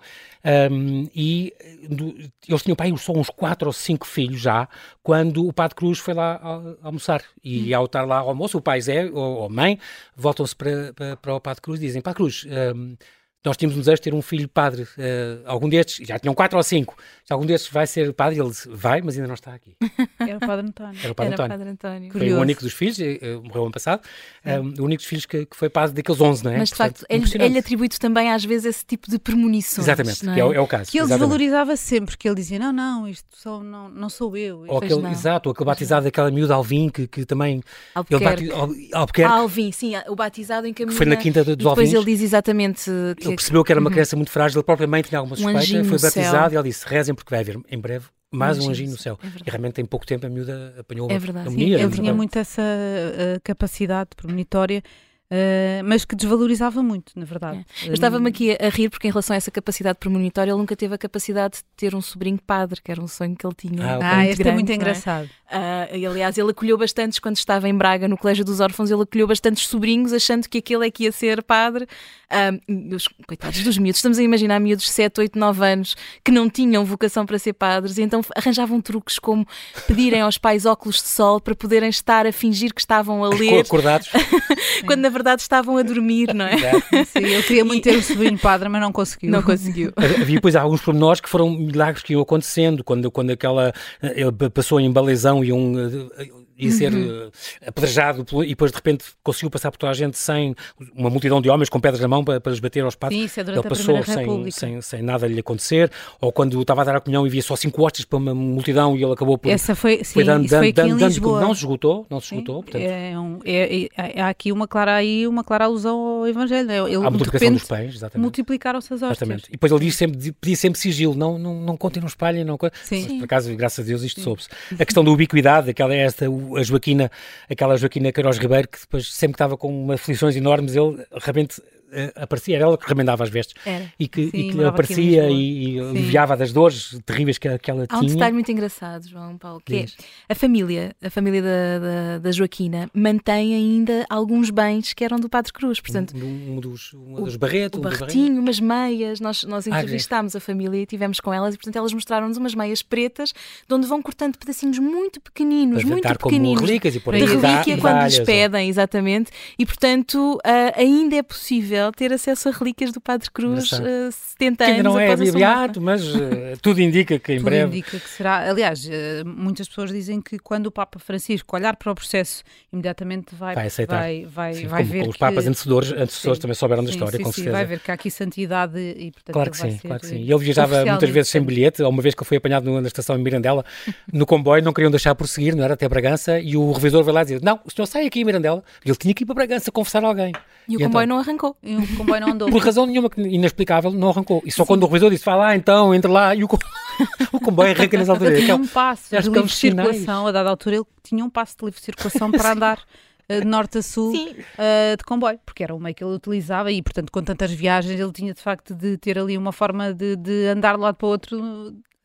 Speaker 1: um, e do, eles tinham pai só uns quatro ou cinco filhos já, quando o Padre Cruz foi lá a, a almoçar, e hum. ao estar lá ao almoço, o pai Zé, ou, ou a mãe, voltam Para, para, para o Padre Cruz, dizem: Padre Cruz, um, nós tínhamos um desejo de ter um filho padre, uh, algum destes, já tinham quatro ou cinco, se algum destes vai ser padre, ele disse: vai, mas ainda não está aqui.
Speaker 2: Era o Padre António.
Speaker 1: Era o Padre
Speaker 3: Era
Speaker 1: António.
Speaker 3: Padre António.
Speaker 1: Foi o único dos filhos, uh, morreu ano passado, um, o único dos filhos que, que foi padre daqueles onze, não é?
Speaker 3: Mas de facto, ele atribui-te também às vezes esse tipo de premonições.
Speaker 1: Exatamente,
Speaker 3: não é?
Speaker 1: Que é, o, é o caso.
Speaker 2: Que ele
Speaker 1: exatamente.
Speaker 2: desvalorizava sempre, que ele dizia: não, não, isto só, não, não sou eu.
Speaker 1: Ou aquele,
Speaker 3: não.
Speaker 1: Exato, ou aquele batizado daquela miúda Alvim, que, que também...
Speaker 3: Albuquerque.
Speaker 1: Ele bati, Al, Albuquerque.
Speaker 3: Alvim, sim, o batizado em caminho.
Speaker 1: Foi na quinta dos
Speaker 3: Alvins. Depois ele diz exatamente... Que...
Speaker 1: Ele percebeu que era uma criança uhum. muito frágil, a própria mãe tinha alguma suspeita,
Speaker 3: um
Speaker 1: foi batizado
Speaker 3: céu.
Speaker 1: E ele disse: rezem porque vai haver em breve mais um, um anjinho no céu.
Speaker 3: É
Speaker 1: e realmente em pouco tempo a miúda apanhou
Speaker 3: é verdade.
Speaker 1: a
Speaker 2: Sim,
Speaker 1: menina.
Speaker 2: ele tinha muito essa uh, capacidade premonitória, uh, mas que desvalorizava muito, na verdade.
Speaker 3: É. Eu estava-me aqui a, a rir porque em relação a essa capacidade premonitória ele nunca teve a capacidade de ter um sobrinho padre, que era um sonho que ele tinha.
Speaker 1: Ah, okay.
Speaker 2: ah este
Speaker 3: grande,
Speaker 2: é muito
Speaker 3: é?
Speaker 2: engraçado.
Speaker 3: Uh, e, aliás, ele acolheu bastantes quando estava em Braga, no Colégio dos Órfãos, ele acolheu bastantes sobrinhos, achando que aquele é que ia ser padre. Uh, os, coitados dos miúdos, estamos a imaginar miúdos de sete, oito, nove anos que não tinham vocação para ser padres, e então arranjavam truques como pedirem aos pais óculos de sol para poderem estar a fingir que estavam a ler.
Speaker 1: Acordados.
Speaker 3: Quando na verdade estavam a dormir, não é?
Speaker 2: Sim, eu queria muito ter um sobrinho padre, mas não conseguiu.
Speaker 3: Não conseguiu.
Speaker 1: Havia depois alguns pormenores que foram milagres que iam acontecendo, quando, quando aquela ele passou em Balezão e um ia ser uhum. apedrejado e depois de repente conseguiu passar por toda a gente sem uma multidão de homens com pedras na mão para, para lhes bater aos patos.
Speaker 2: Sim, isso é
Speaker 1: ele
Speaker 2: durante
Speaker 1: passou
Speaker 2: a Primeira
Speaker 1: sem,
Speaker 2: República.
Speaker 1: sem, sem nada lhe acontecer, ou quando estava a dar a comunhão e via só cinco hostes para uma multidão e ele acabou por...
Speaker 2: Essa foi, sim,
Speaker 1: foi dando,
Speaker 2: isso foi
Speaker 1: dando,
Speaker 2: aqui em
Speaker 1: dando,
Speaker 2: Lisboa.
Speaker 1: Não se esgotou, não se esgotou. Portanto...
Speaker 2: É um, é, é, há aqui uma clara, aí uma clara alusão ao Evangelho. Ele,
Speaker 1: a multiplicação
Speaker 2: de
Speaker 1: dos pães, exatamente.
Speaker 2: Multiplicaram-se as hóstias.
Speaker 1: Exatamente. E depois ele diz sempre, pedia sempre sigilo, não, não, não contem, não espalhem, não...
Speaker 2: Sim.
Speaker 1: Mas por acaso, graças a Deus, isto soube-se. A questão da ubiquidade, aquela é esta, a Joaquina, aquela Joaquina Queiroz Ribeiro, que depois sempre estava com uma aflições enormes, ele realmente uh, aparecia, era ela que remendava as vestes.
Speaker 3: Era.
Speaker 1: E que,
Speaker 2: Sim,
Speaker 1: e que aparecia e, e aliviava das dores terríveis que, que ela
Speaker 3: Há
Speaker 1: tinha.
Speaker 3: Há um detalhe muito engraçado, João Paulo, que Diz. é a família, a família da, da, da Joaquina mantém ainda alguns bens que eram do Padre Cruz, portanto...
Speaker 1: Um, um dos, uma dos Barreto.
Speaker 3: O
Speaker 1: um
Speaker 3: barretinho, umas meias, nós, nós
Speaker 1: ah,
Speaker 3: entrevistámos a família e estivemos com elas e, portanto, elas mostraram-nos umas meias pretas de onde vão cortando pedacinhos muito pequeninos,
Speaker 1: para
Speaker 3: muito pequeninos.
Speaker 1: Como relíquias e por
Speaker 3: de relíquia
Speaker 1: dá,
Speaker 3: quando lhes pedem, exatamente. E, portanto, uh, ainda é possível ter acesso a relíquias do Padre Cruz uh, setenta
Speaker 1: que ainda
Speaker 3: anos
Speaker 1: não é
Speaker 3: após a sua morte.
Speaker 1: mas uh, tudo indica que em
Speaker 2: tudo
Speaker 1: breve...
Speaker 2: Tudo indica que será. Aliás, uh, muitas pessoas dizem que quando o Papa Francisco olhar para o processo, imediatamente vai,
Speaker 1: vai aceitar.
Speaker 2: Vai, vai,
Speaker 1: sim,
Speaker 2: vai
Speaker 1: como,
Speaker 2: ver
Speaker 1: como os
Speaker 2: que...
Speaker 1: papas antecessores, antecessores também souberam da
Speaker 2: sim,
Speaker 1: história,
Speaker 2: sim,
Speaker 1: com
Speaker 2: sim,
Speaker 1: certeza.
Speaker 2: vai ver que há aqui santidade e, portanto,
Speaker 1: claro que
Speaker 2: vai
Speaker 1: sim,
Speaker 2: ser
Speaker 1: claro que sim. E ele viajava muitas vezes sem bilhete. Uma vez que ele foi apanhado na estação em Mirandela, no comboio, não queriam deixar prosseguir, não era até Bragança, e o revisor vai lá dizer: não, o senhor sai aqui em Mirandela. Ele tinha que ir para Bragança confessar a alguém.
Speaker 3: E, e o comboio então, não arrancou.
Speaker 2: E o comboio não andou.
Speaker 1: Por razão nenhuma inexplicável, não arrancou. E só sim. quando o revisor disse: vai lá então, entre lá, e o, com... o comboio arranca nessa altura.
Speaker 2: Ele tinha um passo de livre
Speaker 1: sinais.
Speaker 2: circulação, a dada altura ele tinha um passo de livre circulação para andar de norte a sul uh, de comboio, porque era o meio que ele utilizava e, portanto, com tantas viagens ele tinha de facto de ter ali uma forma de, de andar de um lado para o outro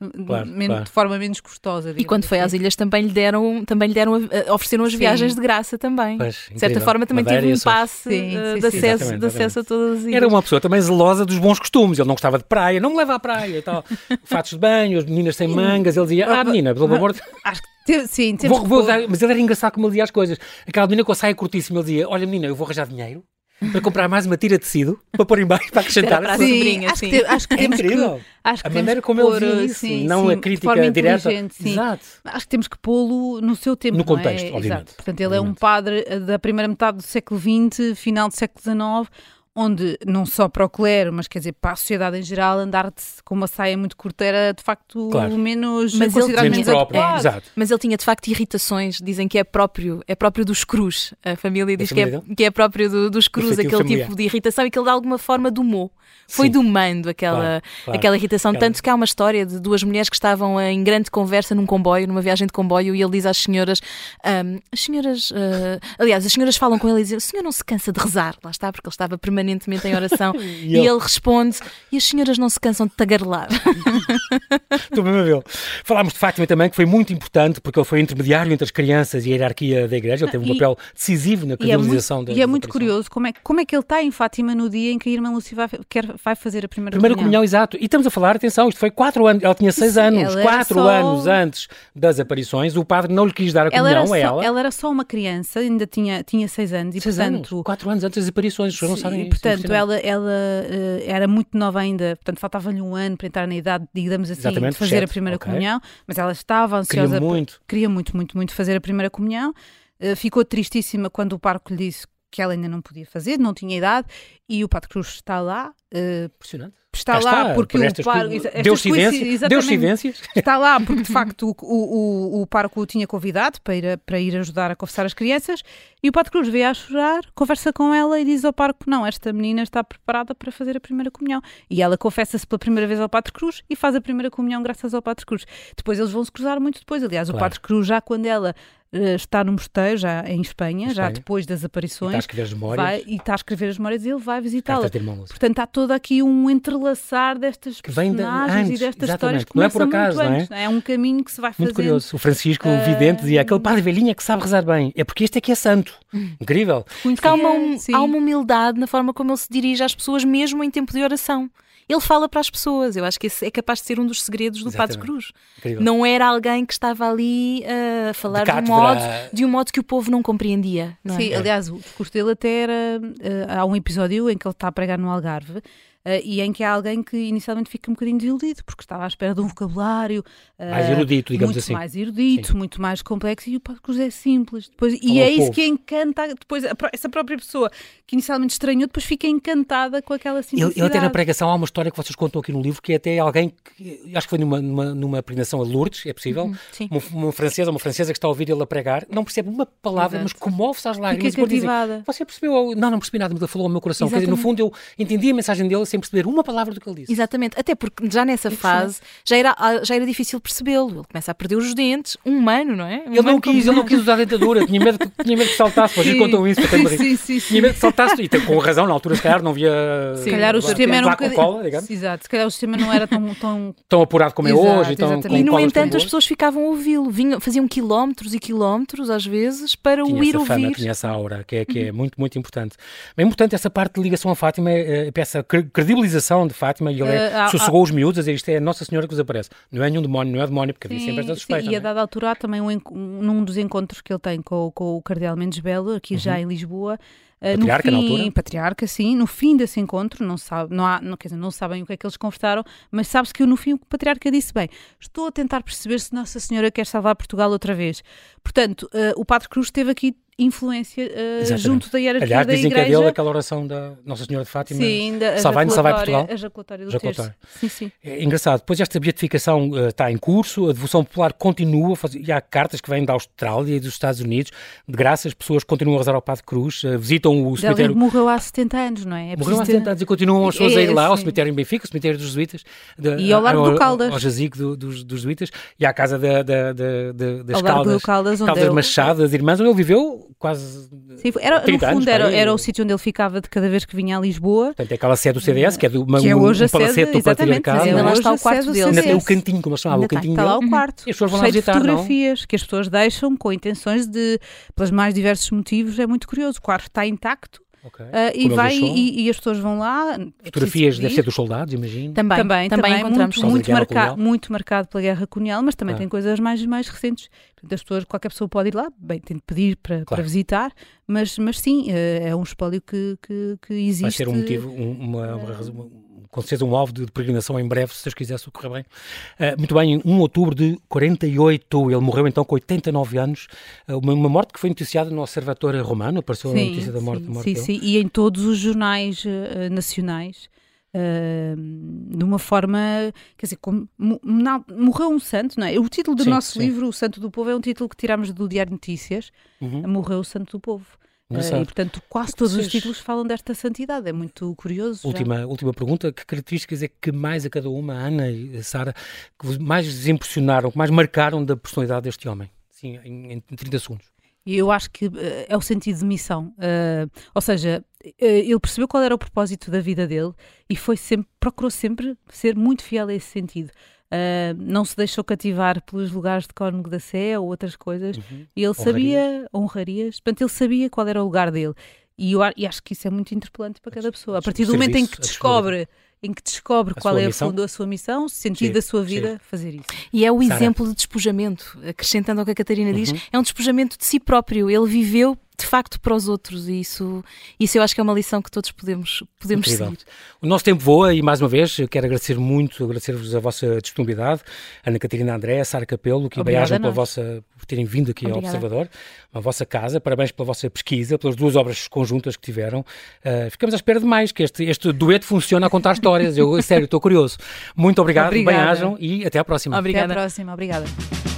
Speaker 2: claro, men- claro. de forma menos custosa.
Speaker 3: E quando foi assim. às ilhas também lhe deram, também lhe deram ofereceram as sim. viagens de graça também. Pois, de certa forma também Madeira teve um passe sim, uh, sim, de, acesso, exatamente, de acesso a todas as ilhas.
Speaker 1: Era uma pessoa também zelosa dos bons costumes. Ele não gostava de praia, não me leva à praia e tal. Fatos de banho, as meninas sem mangas. Ele dizia, ah menina, pelo amor de...
Speaker 2: Acho que sim, temos
Speaker 1: vou, vou dar, mas ele era engraçado como ele dizia as coisas. Aquela menina com a saia curtíssima, ele dizia, olha menina, eu vou arranjar dinheiro para comprar mais uma tira de tecido para pôr em baixo para acrescentar
Speaker 3: para a sobrinha,
Speaker 2: acho, que, acho que temos
Speaker 1: é incrível.
Speaker 2: Que, acho que
Speaker 1: a maneira como
Speaker 2: pôr,
Speaker 1: ele dizia isso,
Speaker 2: sim,
Speaker 1: não
Speaker 2: sim,
Speaker 1: a crítica direta.
Speaker 2: Sim.
Speaker 1: Exato.
Speaker 2: Acho que temos que pô-lo no seu tempo.
Speaker 1: No contexto,
Speaker 2: é?
Speaker 1: obviamente.
Speaker 2: Exato. Portanto, ele
Speaker 1: obviamente.
Speaker 2: é um padre da primeira metade do século vinte, final do século dezenove, onde não só para o clero, mas quer dizer, para a sociedade em geral, andar com uma saia muito curta era de facto claro. menos
Speaker 3: mas
Speaker 2: considerado
Speaker 3: ele
Speaker 2: menos
Speaker 1: próprio. É. Exato.
Speaker 3: Mas ele tinha de facto irritações, dizem que é próprio, é próprio dos crus. A família diz a família que, é, que é próprio do, dos crus, aquele familiar. Tipo de irritação e que ele de alguma forma domou. Foi Sim. domando aquela, claro, claro. aquela irritação, aquela... tanto que há uma história de duas mulheres que estavam em grande conversa num comboio, numa viagem de comboio, e ele diz às senhoras, um, as senhoras, uh, aliás, as senhoras falam com ele e dizem, o senhor não se cansa de rezar? Lá está, porque ele estava permanentemente em oração, e, e ele responde, e as senhoras não se cansam de tagarelar.
Speaker 1: Estou mesmo a ver. Falámos de Fátima também, que foi muito importante, porque ele foi intermediário entre as crianças e a hierarquia da igreja, ele teve um e, papel decisivo na credibilização da
Speaker 2: E é muito curioso como é, como é que ele está em Fátima no dia em que a irmã Lúcia vai, quer, vai fazer a primeira,
Speaker 1: primeira
Speaker 2: comunhão.
Speaker 1: comunhão. Exato. E estamos a falar, atenção, isto foi quatro anos, ela tinha seis Sim, anos, quatro só... anos antes das aparições, o padre não lhe quis dar a comunhão
Speaker 2: ela
Speaker 1: a
Speaker 2: só,
Speaker 1: ela.
Speaker 2: Ela era só uma criança, ainda tinha, tinha seis anos. E,
Speaker 1: seis
Speaker 2: portanto,
Speaker 1: anos, quatro anos antes das aparições, os não sabem
Speaker 2: e, portanto, ela, ela uh, era muito nova ainda, portanto, faltava-lhe um ano para entrar na idade, digamos assim, Exatamente, de fazer sete, a primeira okay. comunhão, mas ela estava ansiosa.
Speaker 1: Queria muito.
Speaker 2: Queria muito, muito, muito fazer a primeira comunhão. Uh, ficou tristíssima quando o pároco lhe disse que ela ainda não podia fazer, não tinha idade, e o Padre Cruz está lá. Uh,
Speaker 1: Impressionante.
Speaker 2: Está lá
Speaker 1: está,
Speaker 2: porque
Speaker 1: por
Speaker 2: o pároco...
Speaker 1: Deus evidências.
Speaker 2: Está lá porque, de facto, o, o, o pároco o tinha convidado para ir, a, para ir ajudar a confessar as crianças, e o Padre Cruz veio a chorar, conversa com ela e diz ao pároco, não, esta menina está preparada para fazer a primeira comunhão. E ela confessa-se pela primeira vez ao Padre Cruz e faz a primeira comunhão graças ao Padre Cruz. Depois eles vão se cruzar muito depois. Aliás, claro. O Padre Cruz, já quando ela uh, está no mosteiro, já em Espanha, Espanha, já depois das aparições,
Speaker 1: e está a escrever as memórias,
Speaker 2: vai, e está a escrever as memórias e ele vai visitá-la.
Speaker 1: Portanto,
Speaker 2: está todo aqui um entrelaçar destas
Speaker 1: que vem
Speaker 2: personagens
Speaker 1: de, antes,
Speaker 2: e destas
Speaker 1: exatamente.
Speaker 2: histórias que
Speaker 1: não é por acaso,
Speaker 2: muito
Speaker 1: não é?
Speaker 2: Antes, é um caminho que se vai fazendo.
Speaker 1: Muito curioso. O Francisco, o uh... vidente, dizia, aquele padre velhinha que sabe rezar bem, é porque este é que é santo. Incrível.
Speaker 3: Porque há uma, há uma humildade na forma como ele se dirige às pessoas, mesmo em tempo de oração. Ele fala para as pessoas. Eu acho que esse é capaz de ser um dos segredos do Exatamente. Padre Cruz. Incrível. Não era alguém que estava ali uh, a falar de, de, um modo, de um modo que o povo não compreendia. Não é?
Speaker 2: Sim, aliás, o discurso dele até era... Uh, há um episódio em que ele está a pregar no Algarve, Uh, e em que há alguém que inicialmente fica um bocadinho desiludido, porque estava à espera de um vocabulário uh,
Speaker 1: mais erudito, digamos
Speaker 2: muito
Speaker 1: assim.
Speaker 2: mais erudito, Sim. muito mais complexo, e o Padre Cruz é simples. Depois, e é isso povo. que encanta, depois a, essa própria pessoa que inicialmente estranhou, depois fica encantada com aquela simplicidade.
Speaker 1: Ele, ele até na pregação há uma história que vocês contam aqui no livro, que é até alguém que, acho que foi numa, numa, numa pregação a Lourdes, é possível,
Speaker 3: uhum,
Speaker 1: uma, uma francesa, uma francesa que está a ouvir ele a pregar, não percebe uma palavra, Exato. mas comove-se às lágrimas.
Speaker 2: Fica cativada.
Speaker 1: Dizem, você percebeu? Não, não percebi nada, mas ele falou ao meu coração. Quer dizer, no fundo eu entendi a mensagem dele sem perceber uma palavra do que ele disse.
Speaker 3: Exatamente, até porque já nessa fase já era, já era difícil percebê-lo. Ele começa a perder os dentes, um humano, não é? Um
Speaker 1: ele, não quis, ele não quis usar a dentadura, tinha medo, tinha medo que saltasse, vocês contam isso.
Speaker 2: Sim, sim, sim, sim.
Speaker 1: Tinha medo que saltasse, e com razão, na altura se calhar não via...
Speaker 2: Se calhar o sistema era um bocadinho...
Speaker 1: cola, digamos.
Speaker 2: Exato, se calhar o sistema não era tão... Tão,
Speaker 1: tão apurado como
Speaker 2: Exato,
Speaker 1: é hoje. Tão, com
Speaker 3: e no entanto as pessoas ficavam a ouvi-lo, vinham, faziam quilómetros e quilómetros às vezes para
Speaker 1: tinha
Speaker 3: o ir
Speaker 1: essa fama,
Speaker 3: ouvir.
Speaker 1: Tinha essa aura, que é, que é muito, muito importante. É importante essa parte de ligação a Fátima, essa credibilização de Fátima, e ele é, uh, sossegou uh, os miúdos a dizer isto é a Nossa Senhora que vos aparece. Não é nenhum demónio, não é demónio, porque havia sim, sempre esta suspeita.
Speaker 2: Sim, e a dada altura há também um, um, num dos encontros que ele tem com, com o Cardeal Mendes Belo, aqui uhum. já em Lisboa. Uh,
Speaker 1: Patriarca
Speaker 2: no fim,
Speaker 1: na altura?
Speaker 2: Patriarca, sim. No fim desse encontro, não, sabe, não, há, não, quer dizer, não sabem o que é que eles conversaram, mas sabe-se que no fim o Patriarca disse, bem, estou a tentar perceber se Nossa Senhora quer salvar Portugal outra vez. Portanto, uh, o Padre Cruz teve aqui influência uh, junto da hierarquia
Speaker 1: Aliás,
Speaker 2: da
Speaker 1: dizem
Speaker 2: igreja.
Speaker 1: que é dele aquela oração da Nossa Senhora de Fátima.
Speaker 2: Sim, da
Speaker 1: salvai-nos, salvai Portugal.
Speaker 2: A jaculatória do terço. Sim, sim.
Speaker 1: É engraçado. Depois esta beatificação uh, está em curso, a devoção popular continua, faz... e há cartas que vêm da Austrália e dos Estados Unidos, de graça, as pessoas continuam a rezar ao Padre Cruz, uh, visitam o cemitério...
Speaker 2: Ele morreu há setenta anos, não é? é
Speaker 1: morreu há setenta anos e continuam as pessoas é, a ir lá, ao cemitério em Benfica, o cemitério dos Jesuítas. De,
Speaker 2: e ao Largo
Speaker 1: ao,
Speaker 2: do Caldas.
Speaker 1: Ao jazigo do, dos, dos Jesuítas, e à casa da, da, da, da, das
Speaker 2: ao
Speaker 1: Caldas,
Speaker 2: Caldas,
Speaker 1: Caldas
Speaker 2: ele...
Speaker 1: Machado, das irmãs, onde ele viveu quase
Speaker 2: Sim, era, no fundo anos, era, era o sítio onde ele ficava de cada vez que vinha a Lisboa.
Speaker 1: Portanto, é aquela sede do C D S, que é de uma,
Speaker 2: que é hoje
Speaker 1: um,
Speaker 2: a sede,
Speaker 1: palacete do patriarcado.
Speaker 3: Ainda lá está o quarto dele.
Speaker 1: Ainda tem o cantinho, como eles chamavam, o cantinho
Speaker 2: está, está lá o quarto.
Speaker 1: E as pessoas vão lá
Speaker 2: cheio
Speaker 1: visitar,
Speaker 2: de fotografias
Speaker 1: não?
Speaker 2: que as pessoas deixam com intenções de, pelos mais diversos motivos, é muito curioso. O quarto está intacto. Okay. Uh, e, vai, e, e as pessoas vão lá.
Speaker 1: Fotografias deve ser dos soldados, imagino.
Speaker 3: Também, também, também encontramos.
Speaker 2: Muito, muito, marca, muito marcado pela Guerra Colonial, mas também ah. tem coisas mais, mais recentes. Portanto, as pessoas, qualquer pessoa pode ir lá, bem, tem de pedir para, claro. para visitar, mas, mas sim, é um espólio que, que, que existe.
Speaker 1: Vai ser um motivo, uma, uma razão, com certeza um alvo de peregrinação em breve, se Deus quiser, se ocorrer bem. Uh, muito bem, em um de outubro de quarenta e oito, ele morreu então com oitenta e nove anos, uh, uma, uma morte que foi noticiada no Observatório Romano, apareceu sim, a notícia da morte,
Speaker 2: sim,
Speaker 1: da morte
Speaker 2: sim,
Speaker 1: dele.
Speaker 2: Sim, e em todos os jornais uh, nacionais. Uh, de uma forma, quer dizer, como, não, morreu um santo, não é? O título do sim, nosso sim. livro, O Santo do Povo, é um título que tiramos do Diário de Notícias, uhum. Morreu o Santo do Povo. Uh, e, portanto, quase todos os títulos falam desta santidade, é muito curioso.
Speaker 1: Última, última pergunta, que características é que mais a cada uma, a Ana e a Sara, que mais vos impressionaram, que mais marcaram da personalidade deste homem? Sim, em, em trinta segundos.
Speaker 2: E eu acho que uh, é o sentido de missão, uh, ou seja, uh, ele percebeu qual era o propósito da vida dele e foi sempre, procurou sempre ser muito fiel a esse sentido. Uh, não se deixou cativar pelos lugares de Cónigo da Sé ou outras coisas. Uhum. E ele sabia, honrarias, portanto ele sabia qual era o lugar dele. E eu e acho que isso é muito interpelante para cada pessoa. A partir do momento em que descobre... em que descobre a qual é a fundo a sua missão, o sentido sim, da sua vida, sim. fazer isso.
Speaker 3: E é o Sara. Exemplo de despojamento, acrescentando ao que a Catarina uhum. diz, é um despojamento de si próprio, ele viveu de facto para os outros e isso, isso eu acho que é uma lição que todos podemos, podemos seguir.
Speaker 1: O nosso tempo voa e mais uma vez quero agradecer muito, agradecer-vos a vossa disponibilidade, Ana Catarina André, Sara Capelo, que bem-ajam pela vossa, por terem vindo aqui Obrigada. Ao Observador, a vossa casa, parabéns pela vossa pesquisa, pelas duas obras conjuntas que tiveram. Uh, ficamos à espera de mais, que este, este dueto funcione a contar histórias. Eu, sério, estou curioso. Muito obrigado, bem-ajam e até à próxima.
Speaker 2: Obrigada. Até à próxima, obrigada.